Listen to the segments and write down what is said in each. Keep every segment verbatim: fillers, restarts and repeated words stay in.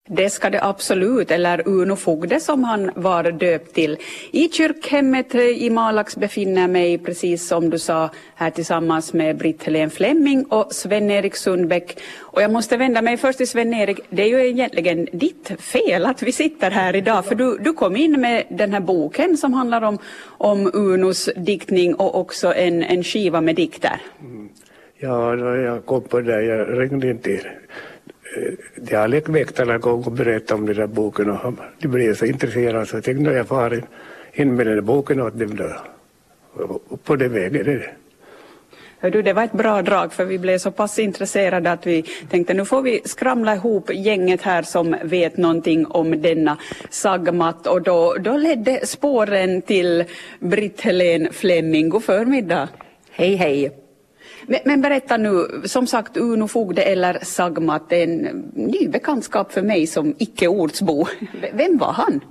Det ska det absolut, eller Uno Fogde som han var döpt till. I kyrkhemmet i Malax befinner mig, precis som du sa, här tillsammans med Britt-Helene Flemming och Sven-Erik Sundbäck. Och jag måste vända mig först till Sven-Erik. Det är ju egentligen ditt fel att vi sitter här idag, för du, du kom in med den här boken som handlar om, om Unos diktning och också en, en skiva med dikter. Mm. Ja, jag kom på det, jag ringde inte till dialektväktarna en gång och berättade om den där boken och de blev så intresserade så jag tänkte att jag far in med den där boken åt dem då. Och på den vägen är det. Hör du, det var ett bra drag, för vi blev så pass intresserade att vi tänkte nu får vi skramla ihop gänget här som vet någonting om denna sagmat, och då, då ledde spåren till Britt-Helene Flemming. God förmiddag. Hej hej. Men, men berätta nu, som sagt, Uno Fogde eller sagmat, det är en ny bekantskap för mig som icke-ortsbo. Vem var han?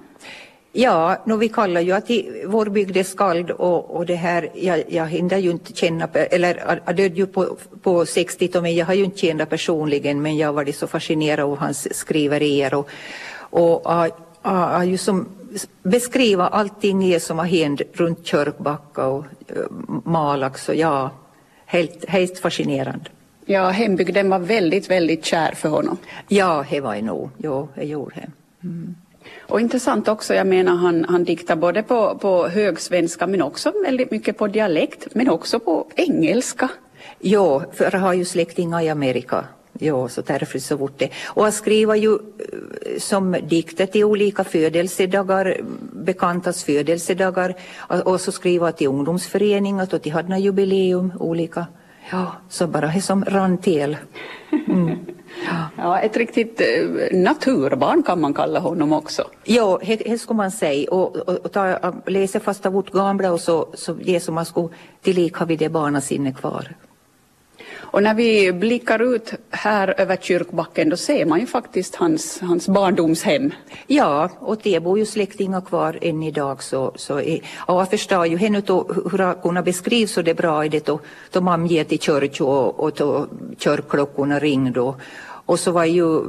Ja, nu vi kallar ju att i vår bygd är skald och, och det här, jag, jag hinner ju inte känna, eller jag död ju på, på sextio, men jag har ju inte känt personligen, men jag har varit så fascinerad av hans skriverier och, och jag har ju som beskriva allting som har hänt runt Kyrkbacka och uh, Malax och ja, helt, helt fascinerande. Ja, hembygden var väldigt, väldigt kär för honom. Ja, det var jag nog. Jo, jag gjorde det. Mm. Och intressant också, jag menar han, han diktar både på, på högsvenska men också väldigt mycket på dialekt, men också på engelska. Jo, för jag har ju släktingar i Amerika. Jo, så därför så vart det. Och jag skriver ju som dikter till olika födelsedagar, bekantas födelsedagar, och, och så skriver jag till ungdomsföreningar och till hade jubileum olika. Ja, så bara det som rann till. Mm. Ja. Ja, ett riktigt naturbarn kan man kalla honom också. Ja, det ska man säga. Och, och, och ta, läsa fast av vårt gamla och så, så det som man ska tillika vid det barnasinne kvar. Och när vi blickar ut här över Kyrkbacken, då ser man ju faktiskt hans, hans barndomshem. Ja, och det bor ju släktingar kvar än idag. Så, så är, och jag förstår ju henne då, hur jag kunna beskriva så det bra i det då, då man ger till kyrk och, och då kyrkklockorna ringde. Och så var ju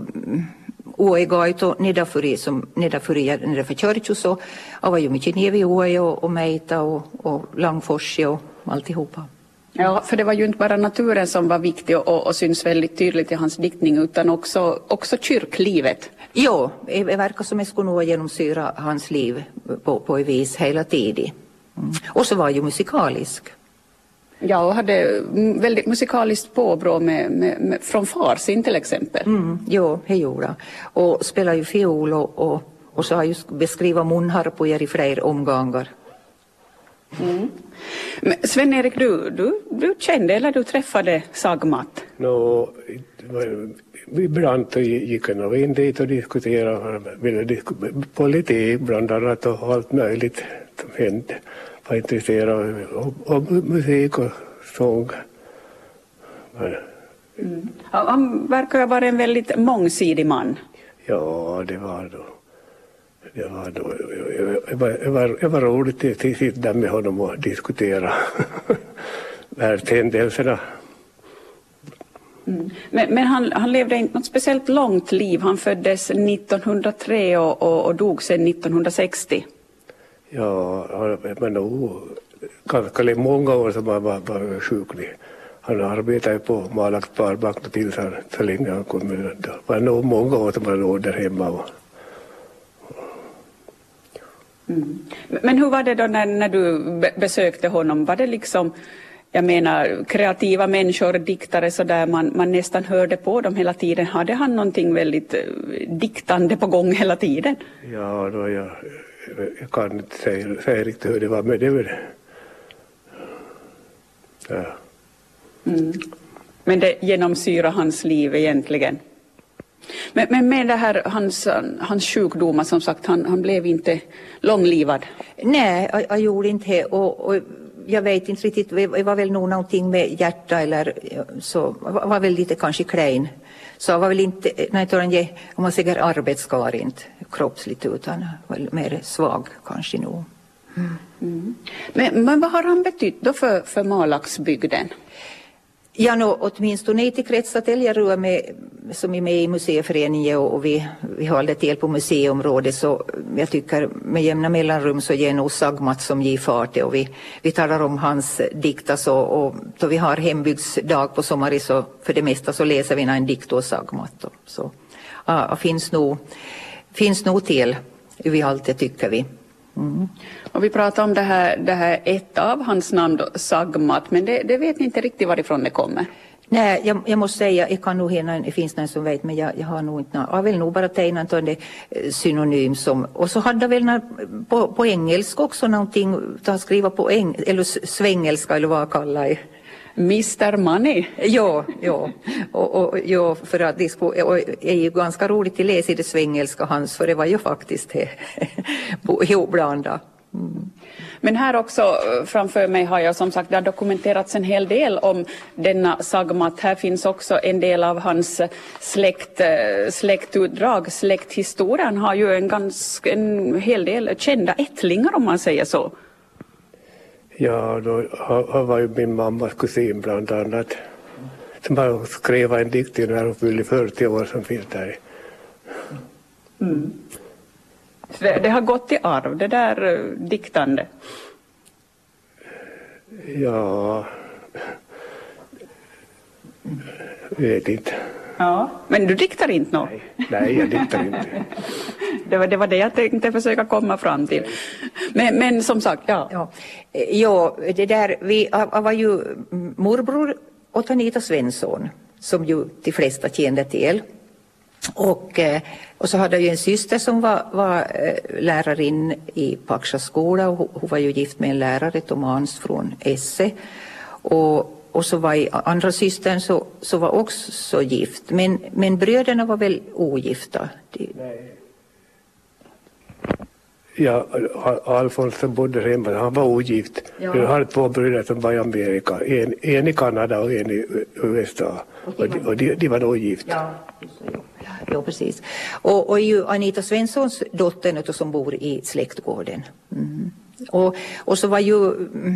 Åegajt och nedanför som nedanför nedanför kyrk och så. Jag var ju mycket nere vid Åe och, och Meita och, och Langfors och alltihopa. Ja, för det var ju inte bara naturen som var viktig och, och syns väldigt tydligt i hans diktning, utan också, också kyrklivet. Ja, det verkar som jag skulle nog genomsyra hans liv på, på ett vis hela tiden. Mm. Och så var ju musikalisk. Ja, och hade väldigt musikaliskt påbrå med, med, med, från far sin till exempel. Mm, ja, det gjorde jag. Och spelar ju fiol och, och, och så har ju beskrivit munharpor i flera omgångar. Mm. Men Sven-Erik, du, du, du kände eller du träffade sagmat? No, ibland gick jag nog in dit och diskuterade politik bland annat och allt möjligt som hände. Var intresserad av, av musik och sång. Mm. Han verkar vara en väldigt mångsidig man. Ja, det var då. Det var, då, det var, det var, det var roligt att sitta med honom och diskutera världshändelserna. Mm. Men, men han, han levde inte något speciellt långt liv. Han föddes nittonhundratre och, och, och dog sedan nittonhundrasextio. Ja, men nog ganska många år som han var, var sjuklig. Han arbetade på Malax Sparbank tills han så länge han kom. Det var nog många år som han låg där hemma. Och, Mm. Men hur var det då när, när du besökte honom? Var det liksom, jag menar, kreativa människor, diktare så där man, man nästan hörde på dem hela tiden? Hade han någonting väldigt diktande på gång hela tiden? Ja, då jag, jag kan inte säga, säga riktigt hur det var, men det var det. Ja. Mm. Men det genomsyrar hans liv egentligen? Men, men med det här, hans, hans sjukdomar som sagt, han, han blev inte långlivad. Nej, jag, jag gjorde inte det och, och jag vet inte riktigt, det var väl nog någonting med hjärta eller så, var, var väl lite kanske klein. Så jag var väl inte, nej, jag, om man säger arbetskar inte kroppsligt utan väl mer svag kanske nog. Mm. Mm. Men, men vad har han betytt då för, för Malaxbygden? Ja, no, åtminstone inte kretsat Älgarua med, som är med i museiföreningen och, och vi, vi håller till på museiområdet, så jag tycker med jämna mellanrum så ger nog Sagmat som ger fart och vi, vi talar om hans dikter så, och då vi har hembygdsdag på sommaren så för det mesta så läser vi en dikt och Sagmat. Och, så ja, finns nog, finns nog till över allt det tycker vi. Mm. Och vi pratar om det här, det här ett av hans namn då, Sagmat, men det, det vet ni inte riktigt varifrån det kommer. Nej, jag, jag måste säga, jag kan nog hinna, det finns någon som vet, men jag, jag har nog inte, jag vill nog bara tegna en synonym som, och så hade väl när, på, på engelska också någonting, att skriva på eng, eller svengelska eller vad jag kallar det. mister Money. Ja, ja. Och, och, ja, för att det skulle, och är ju ganska roligt att läsa i det svengelska hans, för det var ju faktiskt det, ihopblandat. Mm. Men här också framför mig har jag som sagt, det har dokumenterats en hel del om denna Sagmat. Här finns också en del av hans släkt, släktutdrag, släkthistorien har ju en, ganska, en hel del kända ättlingar om man säger så. Ja, då har var ju min mammas kusin bland annat som har skrivit en dikt när hon fyllde fyrtio år som finns där. Mm. Det, det har gått i arv, det där uh, diktande. Ja, vet inte. Ja, men du diktar inte något? Nej, nej, jag diktar inte. det, var, det var det jag tänkte försöka komma fram till. Men, men som sagt, ja. Ja, ja det där, vi jag var ju morbror åt Anita Svensson, som ju de flesta kände till. Och, och så hade jag ju en syster som var, var lärarin i Paksha skola, och hon var ju gift med en lärare, Tomans från Esse. Och, och så var andra systern så, så var också så gift. Men, men bröderna var väl ogifta? Nej. Ja, Alfons som bodde hemma, han var ogift. Ja. Jag hade två bröder som var i Amerika, en, en i Kanada och en i U S A. Och, de, och de, de var ogifta. Ja, ja, precis. Och, och ju Anita Svenssons dotter som bor i släktgården. Mm. Och, och så var ju mm,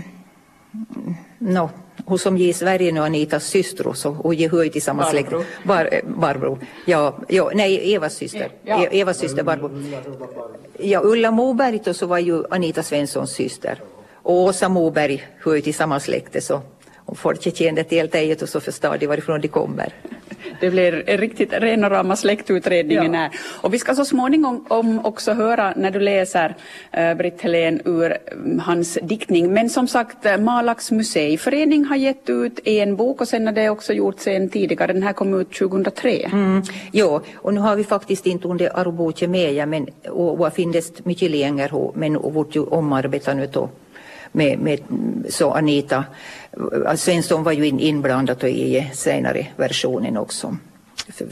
no, hon som ger Sverige nu Anitas syster, så hon ger höjd i samma släkt. Bar, Barbro. Ja, ja, nej, Evas syster. Ja. Evas syster Barbro. Ja, Ulla Moberg och så var ju Anita Svenssons syster. Och Åsa Moberg höjd i samma släkt, så om folk kände till det och så förstår de varifrån de kommer. Det blir riktigt ren och rama släktutredningen här. Ja. Och vi ska så småningom om också höra när du läser uh, Britt Helén ur um, hans diktning. Men som sagt, uh, Malax museiförening har gett ut en bok och sen har det också gjorts en tidigare. Den här kom ut tjugohundratre. Mm, ja, och nu har vi faktiskt inte under Aroboche med, men och, och finns mycket längre, men och vårt ju omarbetat nu då. Med, med, så Anita Svensson var ju in, inblandad i senare versionen också. För,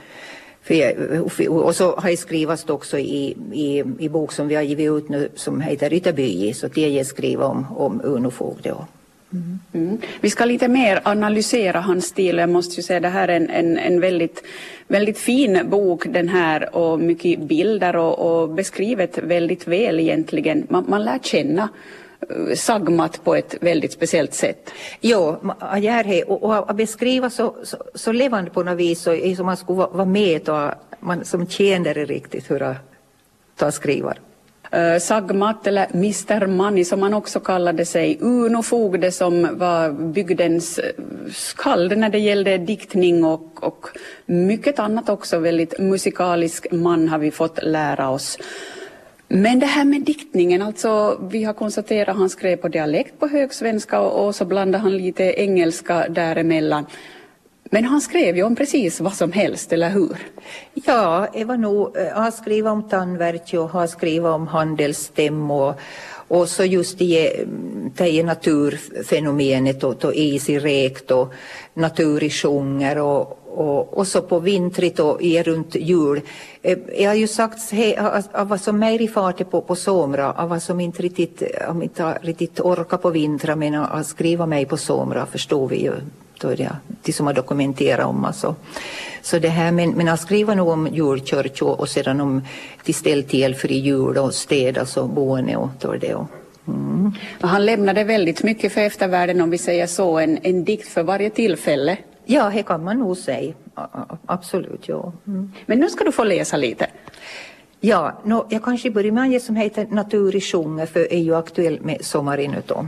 för, för, och så har jag skrivit också i, i, i bok som vi har givit ut nu som heter Ryttaby, så det jag skriver om, om Uno Fogde. Mm. Mm. Vi ska lite mer analysera hans stil. Jag måste ju säga det här är en, en, en väldigt, väldigt fin bok den här, och mycket bilder och, och beskrivet väldigt väl egentligen. Man, man lär känna Sagmat på ett väldigt speciellt sätt. Ja, jag gör det, och att beskriva så, så, så levande på något vis, så är som man skulle vara med och man som känner det riktigt hur att skriva. Uh, Sagmat eller mister Money som man också kallade sig, Uno Fogde som var bygdens skald när det gällde diktning och, och mycket annat också. Väldigt musikalisk man har vi fått lära oss. Men det här med diktningen, alltså vi har konstaterat att han skrev på dialekt på högsvenska och, och så blandade han lite engelska däremellan. Men han skrev ju om precis vad som helst, eller hur? Ja, det var nog, han skrev om tandvärk och han skrev om handelsstäm och, och så just det, det naturfenomenet och, och is i rekt och natur i sjunger och Och, och så på vintret och i runt jul. Jag har ju sagt att vad som är i fart på, på somra, av vad som inte riktigt, inte riktigt orkar på vintra, men att skriva mig på somra förstår vi ju. Då är det de som har dokumenterat om. Alltså. Så det här, men, men att skriva nog om julkyrk och, och sedan om till ställ till för i jul och städa så boende och då är det. Och, mm. Mm. Han lämnade väldigt mycket för eftervärlden, om vi säger så, en, en dikt för varje tillfälle. Ja, det kan man nog säga. Absolut, ja. Mm. Men nu ska du få läsa lite. Ja, no, jag kanske börjar med en som heter Natur i sjunger, för är ju aktuell med sommaren utav.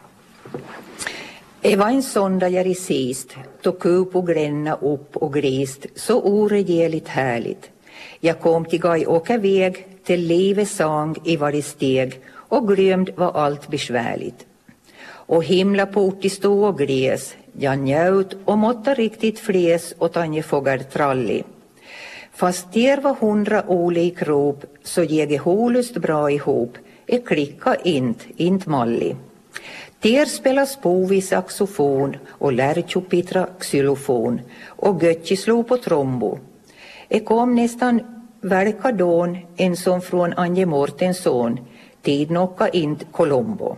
Det var en sondag jag i sist, då kup och gränna upp och glist, så oregeligt härligt. Jag kom till Gaj åka väg, till livet sang i varje steg, och glömd var allt besvärligt. Och himla port i stå och gles, jag njöt och måtta riktigt fläs och tanje fågar trallig. Fast der var hundra olik rop, så jäge holust bra ihop, är klicka int, int mallig. Der spelas på vid saxofon och lärtjupitra xylofon och götchi slog på trombo. Det kom nästan välkadon en som från Anje Mortens son, tidnocka int Colombo.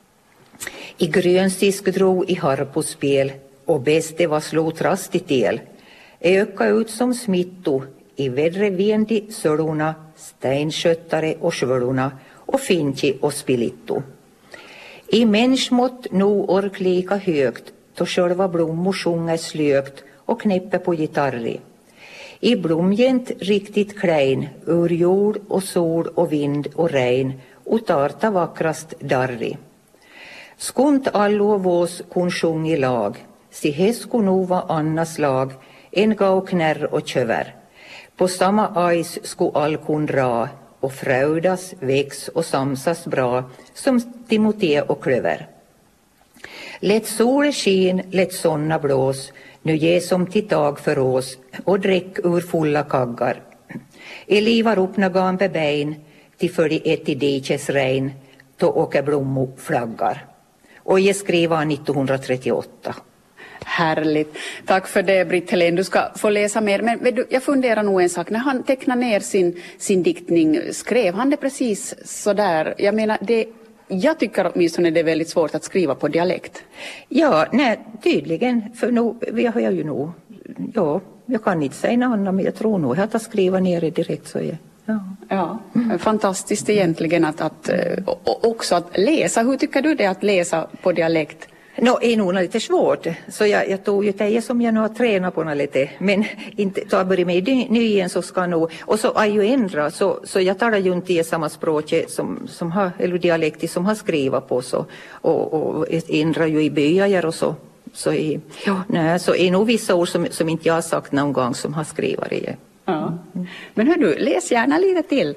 I grönsisk drog i harpospel och bäste var slå trastigt el. Öka ut som smitto i vädre vendi sölorna, steinsköttare och svölorna och finchi och spilitto. I mänskmått nog ork lika högt, då själva blommor sjunger slögt och knäpper på gitarri. I blomgent riktigt klein, ur jord och sol och vind och regn, och tarta vackrast darri. Skunt allo vås kun sjung i lag, si häsku nu var annas lag, en gav knärr och köver. På samma ajs sku all kun dra, och frödas, väx och samsas bra, som Timote och klöver. Lätt sol skin, lätt sonna blås, nu ge som till tag för oss, och dräck ur fulla kaggar. Elivar uppna gambe bein, till för de ett i dikes regn, då åker blommo flaggar. Och jag skriver nittonhundratrettioåtta. Härligt. Tack för det, Britt Helén. Du ska få läsa mer. Men jag funderar nog en sak. När han tecknade ner sin, sin diktning, skrev han det precis så där? Jag menar, det, jag tycker åtminstone det är väldigt svårt att skriva på dialekt. Ja, nej, tydligen. För nu, vi har ju nog, ja, jag kan inte säga något annat, men jag tror nog att jag skriva ner det direkt så är. Ja, ja mm. Fantastiskt egentligen att, att och också att läsa. Hur tycker du det att läsa på dialekt? No, är nog lite svårt, så jag, jag tog ju det som jag nu har tränat på lite, men inte ta börja med nyen så ska nog, och så är ju ändra, så, så jag talar ju inte i samma språk som, som har, eller dialekter som har skrivit på så, och, och ändrar ju i byar och så, så, i, ja, nej, så är nog vissa ord som, som inte jag har sagt någon gång som har skrivit i. Ja. Men hör du, läs gärna lite till.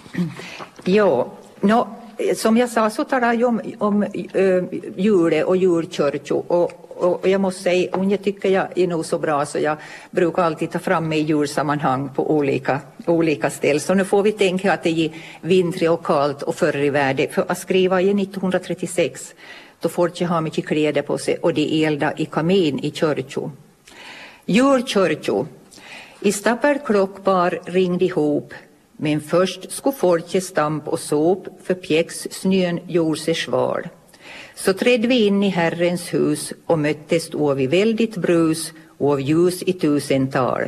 Ja, no. Som jag sa så talar jag om, om äh, jule och julkyrkjo, och, och, och jag måste säga, och jag tycker jag är nog så bra så jag brukar alltid ta fram mig i julsammanhang på olika, olika ställen. Så nu får vi tänka att det är vintrig och kallt och förr i världen. För att skriva i nittonhundratrettiosex, då får jag ha mycket kläder på sig och det elda i kamin i kyrkjo. Julkyrkjo. I stappel klockbar ringde ihop, men först skulle folket stamp och såp, för pjäx snön gjorde sig sval. Så trädde vi in i Herrens hus och möttes av i väldigt brus och av ljus i tusental.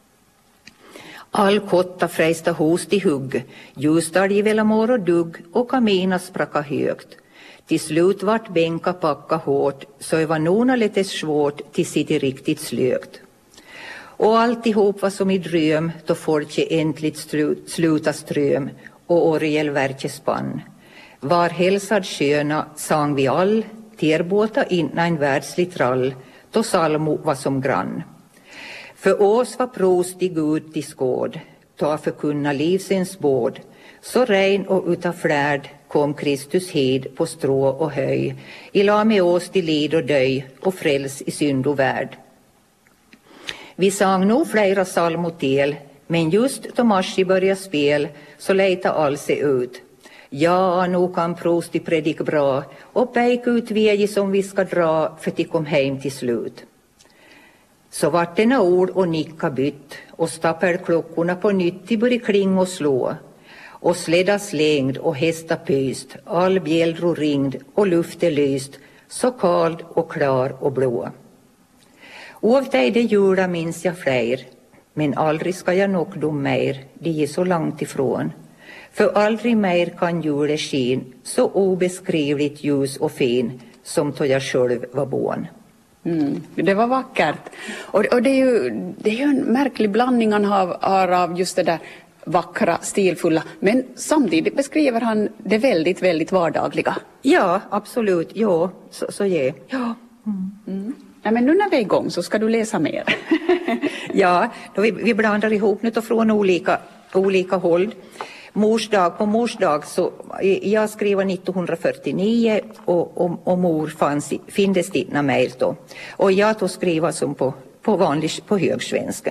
All kotta frästa hos till hugg, ljusdalj väl mår och dugg och kamina spracka högt. Till slut vart bänka packa hårt, så det var nona lite svårt till sitt riktigt slögt. Och alltihop var som i dröm, då folket äntligt sluta ström och orgelverket spann. Var hälsad sköna sang vi all, terbåta inna en världslig trall, då Salmo var som grann. För oss var prost i Gud till skåd, ta förkunna livsens båd, så rein och utav flärd kom Kristus hid på strå och höj, i la med oss till lid och döj och fräls i synd och värld. Vi sang nog flera salmotel, men just då marsch i börja spel så lejta all sig ut. Ja, nu kan prost i predik bra och pejk ut väg som vi ska dra för att kom hem till slut. Så vart denna ord och nicka bytt och stappel klockorna på nytt till börja kling och slå. Och släddas längd och hästa pyst, all bjällro ringd och lufte lyst, så kald och klar och blå. Av dig det jula minns jag fler, men aldrig ska jag nog dom mer, det är så långt ifrån. För aldrig mer kan julet skin så obeskrivligt ljus och fin som då jag själv var barn. Mm, det var vackert. Och, och det, är ju, det är ju en märklig blandning han har, har av just det där vackra, stilfulla. Men samtidigt beskriver han det väldigt, väldigt vardagliga. Ja, absolut. Ja, så, så ja. ja. Mm. Mm. Ja, men nu när vi är igång så ska du läsa mer. Ja, då vi, vi blandar ihop nu från olika, olika håll. Mors dag, på mors dag så jag skriver nittonhundrafyrtionio och, och, och mor fanns, finns det mer då. Och jag tog skriva som på, på vanlig, på högsvenska.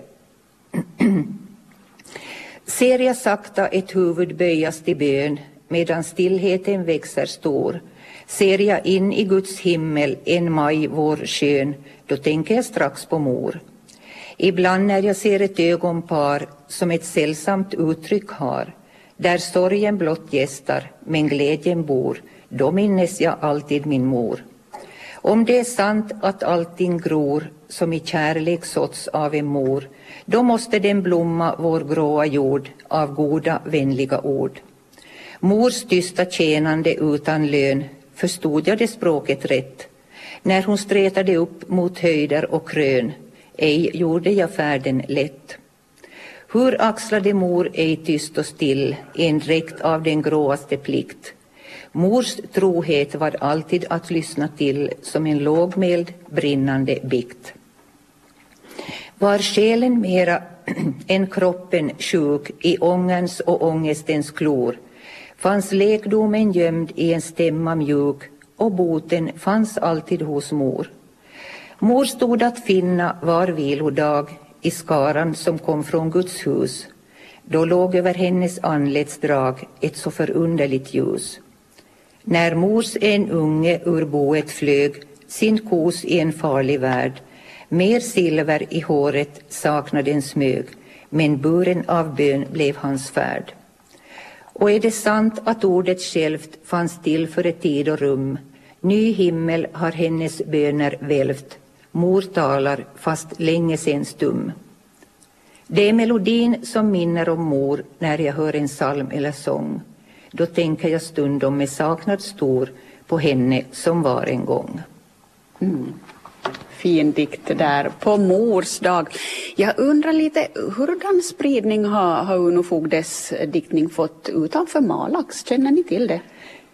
Ser jag sakta ett huvud böjas till bön medan stillheten växer stor. Ser jag in i Guds himmel en maj vår skön, då tänker jag strax på mor. Ibland när jag ser ett ögonpar som ett sällsamt uttryck har, där sorgen blott gästar men glädjen bor, då minnes jag alltid min mor. Om det är sant att allting gror som i kärlek såtts av en mor, då måste den blomma vår gråa jord av goda vänliga ord. Mors tysta tjänande utan lön, förstod jag det språket rätt? När hon stretade upp mot höjder och krön, ej gjorde jag färden lätt. Hur axlade mor ej tyst och still en dräkt av den gråaste plikt? Mors trohet var alltid att lyssna till som en lågmäld brinnande bikt. Var själen mera än kroppen sjuk i ångerns och ångestens klor, fanns lekdomen gömd i en stämma mjuk och boten fanns alltid hos mor. Mor stod att finna var vilodag i skaran som kom från Guds hus. Då låg över hennes anletsdrag ett så förunderligt ljus. När mors en unge ur boet flög sin kos i en farlig värld, mer silver i håret saknaden smög, men buren av bön blev hans färd. Och är det sant att ordet självt fanns till för ett tid och rum, ny himmel har hennes böner välvt, mor talar fast länge sen stum. Det är melodin som minner om mor när jag hör en psalm eller sång. Då tänker jag stundom med saknad stor på henne som var en gång. Mm. Fin dikt där på mors dag. Jag undrar lite, hurdan spridning har, har Uno Fogdes diktning fått utanför Malax? Känner ni till det?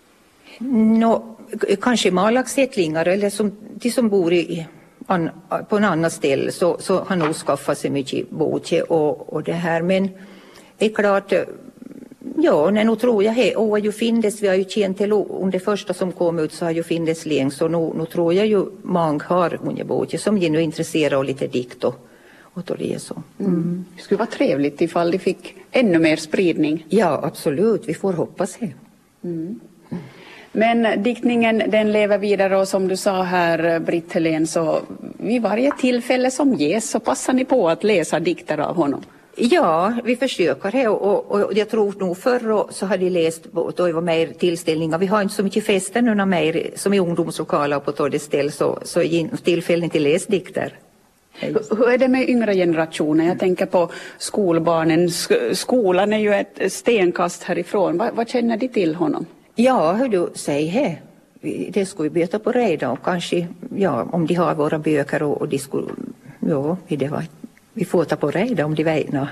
Nå, kanske Malaxättlingar eller som, de som bor i, an, på en annan ställe så, så har nog skaffat sig mycket boke och, och det här. Men det är klart, ja, nej, nu tror jag he, och ju findes, vi har ju känt till under första som kom ut så har ju findes länge, så nu, nu tror jag ju många har unga boke som är nu intresserade av lite dikt och, och då det är så. Mm. Det skulle vara trevligt ifall de fick ännu mer spridning. Ja, absolut, vi får hoppas det. Mm. Men diktningen den lever vidare och som du sa här Britt Helén, så vid varje tillfälle som ges så passar ni på att läsa dikter av honom. Ja, vi försöker det och, och, och jag tror nog förr så hade jag läst då det var mer tillställningar. Vi har inte så mycket fester nu när mer som i ungdomslokaler på torget ställ så, så tillfällen till läsdikter. Hur är det med yngre generationer? Jag tänker på skolbarnen. Skolan är ju ett stenkast härifrån. Vad, vad känner de till honom? Ja, hur du säger här. Det skulle vi byta på reda och kanske, ja, om de har våra böcker och, och de skulle, ja, det var, vi får ta på reda om de vägnar.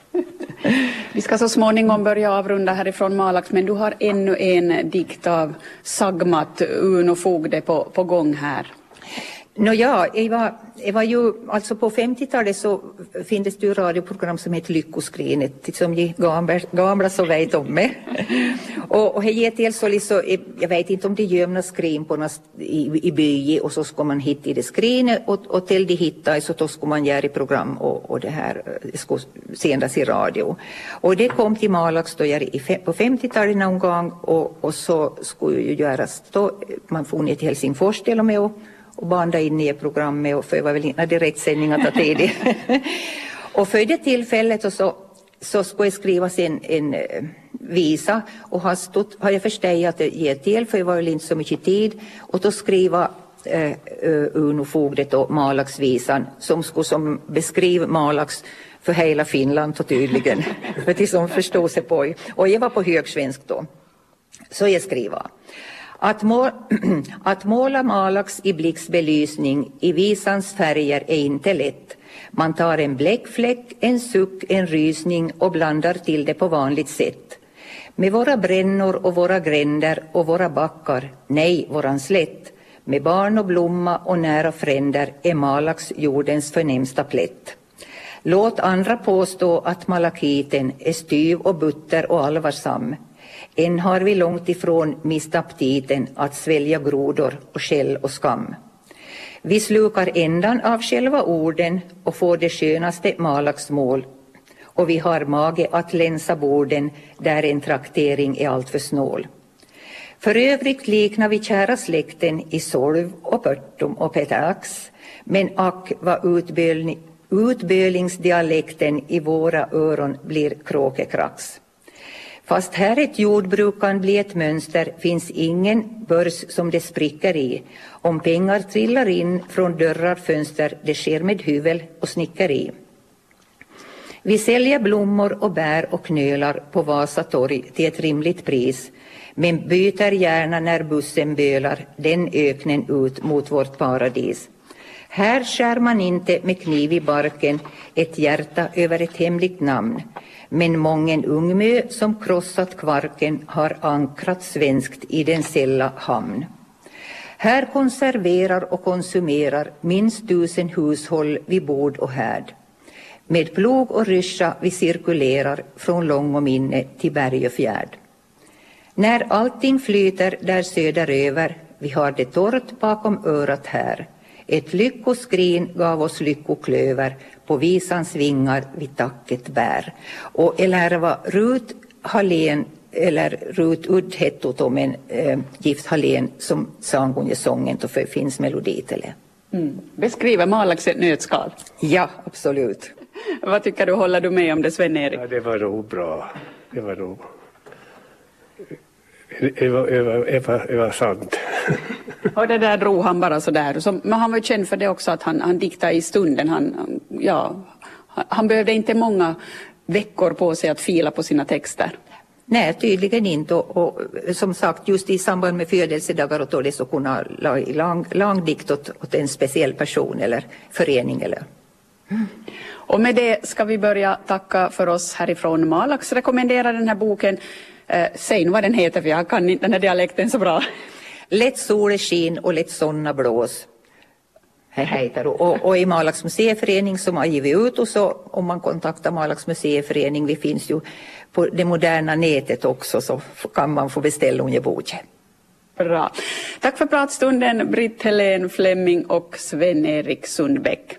Vi ska så småningom börja avrunda härifrån Malax, men du har ännu en dikt av Sagmat Uno Fogde på, på gång här. Nå ja, jag var, jag var ju, alltså på femtiotalet så finns det ju radioprogram som heter Lyckoskrinet, som de gamla, gamla så vet om mig. och, och här ger till så liksom, jag vet inte om det gömna skrin på något, i, i byn och så ska man hitta i det skrinet och, och till de hittar så då ska man göra i program och, och det här ska sändas i radio. Och det kom till Malax då jag i, på femtiotalet någon gång och, och så skulle ju göras då, man får ner till Helsingfors till och med och och banda in i programmet och för det var väl inte direktsändningar ta tid. Och för det tillfället och så, så skulle jag skriva en, en visa och har, stått, har jag förstått att det ger till för det var väl inte så mycket tid och då skriva eh, Uno Fogdet och Malaxvisan som skulle som beskriva Malax för hela Finland och tydligen, för till som förstår sig på. Och jag var på högsvensk då. Så jag skriver. Att, må, att måla Malax i blixtbelysning i visans färger är inte lätt. Man tar en bläckfläck, en suck, en rysning och blandar till det på vanligt sätt. Med våra brännor och våra gränder och våra backar, nej, våran slätt. Med barn och blomma och nära fränder är Malax jordens förnämsta plätt. Låt andra påstå att malakiten är styv och butter och allvarsam. Än har vi långt ifrån mist aptiten att svälja grodor och skäll och skam. Vi slukar ändan av själva orden och får det skönaste Malaxmål. Och vi har mage att länsa borden där en traktering är allt för snål. För övrigt liknar vi kära släkten i Solv och Pörtum och Peterax. Men ack vad utbölning, utbölingsdialekten i våra öron blir kråkekrax. Fast här ett jordbruk kan bli ett mönster finns ingen börs som det spricker i. Om pengar trillar in från dörrar fönster det sker med hyvel och snickeri. Vi säljer blommor och bär och knölar på Vasa torg till ett rimligt pris. Men byter gärna när bussen bölar den öknen ut mot vårt paradis. Här skär man inte med kniv i barken ett hjärta över ett hemligt namn. Men mången ungmö som krossat kvarken har ankrat svenskt i den sälla hamn. Här konserverar och konsumerar minst tusen hushåll vid bord och härd. Med plog och ryscha vi cirkulerar från lång och minne till berg och fjärd. När allting flyter där söderöver, vi har det torrt bakom örat här. Ett lyckoskrin gav oss lyckoklöver, på visans vingar vi tacket bär. Och eller var Rut Hallén, eller Rut Udd hetto men äh, Gift Hallén som sang sången och för finns melodi till det. Mm. Beskriver Malax ett nötskal? Ja, absolut. Vad tycker du, håller du med om det, Sven-Erik? Ja, det var nog bra. Det var nog... Det var, det var, det var, det var sant. Och det där drog han bara så där. Så, men han var ju känd för det också att han, han diktade i stunden. Han, ja, han behövde inte många veckor på sig att fila på sina texter. Nej, tydligen inte. Och, och som sagt, just i samband med födelsedagar och det så kunna la i lång, lång dikt åt, åt en speciell person eller förening. Eller. Mm. Och med det ska vi börja tacka för oss härifrån. Malax rekommenderar den här boken. Eh, säg nu vad den heter, för jag kan inte den här dialekten så bra. Lätt solskin och lätt sonna blås. Heter och, och i Malax museiförening som har givit ut, och så om man kontaktar Malax museiförening, vi finns ju på det moderna nätet också, så kan man få beställa en bok. Bra. Tack för pratstunden, Britt Helén Flemming och Sven-Erik Sundbäck.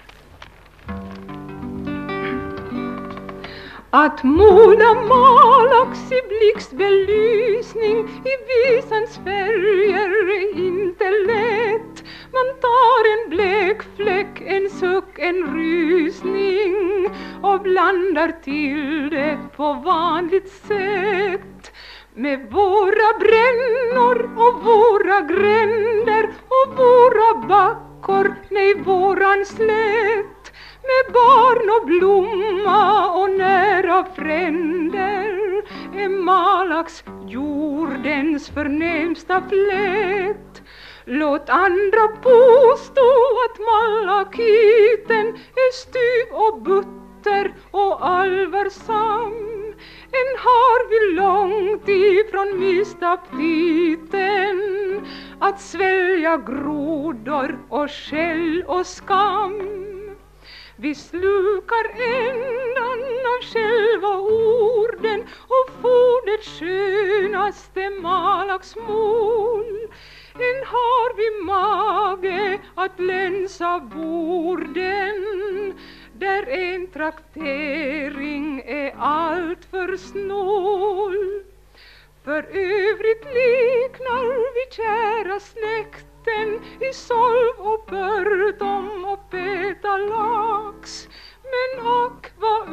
Att måla Malax i blixtbelysning i visans färger är inte lätt. Man tar en bläckfläck, en suck, en rysning och blandar till det på vanligt sätt. Med våra brännor och våra gränder och våra backor, nej våran slätt. Med barn och blomma och nära fränder är Malax jordens förnämsta plätt. Låt andra påstå att malakiten är styv och butter och allvarsam. En har vi långt ifrån mist aptiten att svälja grodor och skäll och skam. Vi slukar ändan av själva orden och får det skönaste Malaxmål. En har vi mage att länsa borden där en traktering är allt för snål. För övrigt liknar vi kära släkten i Solv och Pörtum och Petalax. Men ack vad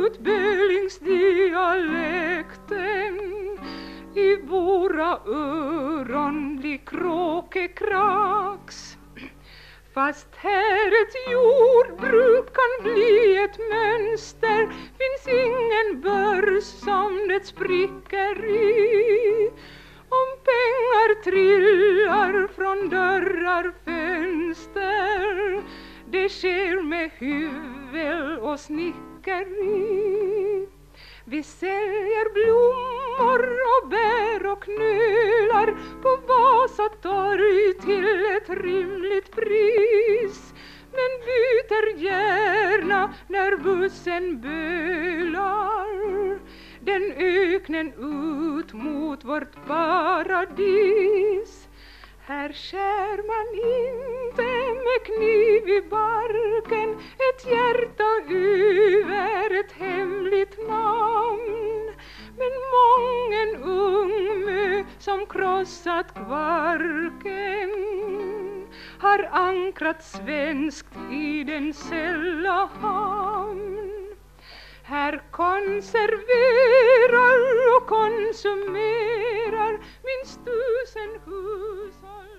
utbölingsdialekten i våra öron blir kråkekrax. Fast här ett jordbruk kan bli ett mönster, finns ingen börs som det spricker i. Om pengar trillar från dörrar, fönster, det sker med hyvel och snickeri. Vi säljer blommor och bär och knölar på Vasatorg till ett rimligt pris, men byter gärna när bussen bölar den öknen ut mot vårt paradis. Här skär man inte med kniv i barken ett hjärta över ett hemligt namn, men mången ung mö som krossat kvarken har ankrat svenskt i den sälla hamn. Här konserverar och konsumerar minst tusen hushåll.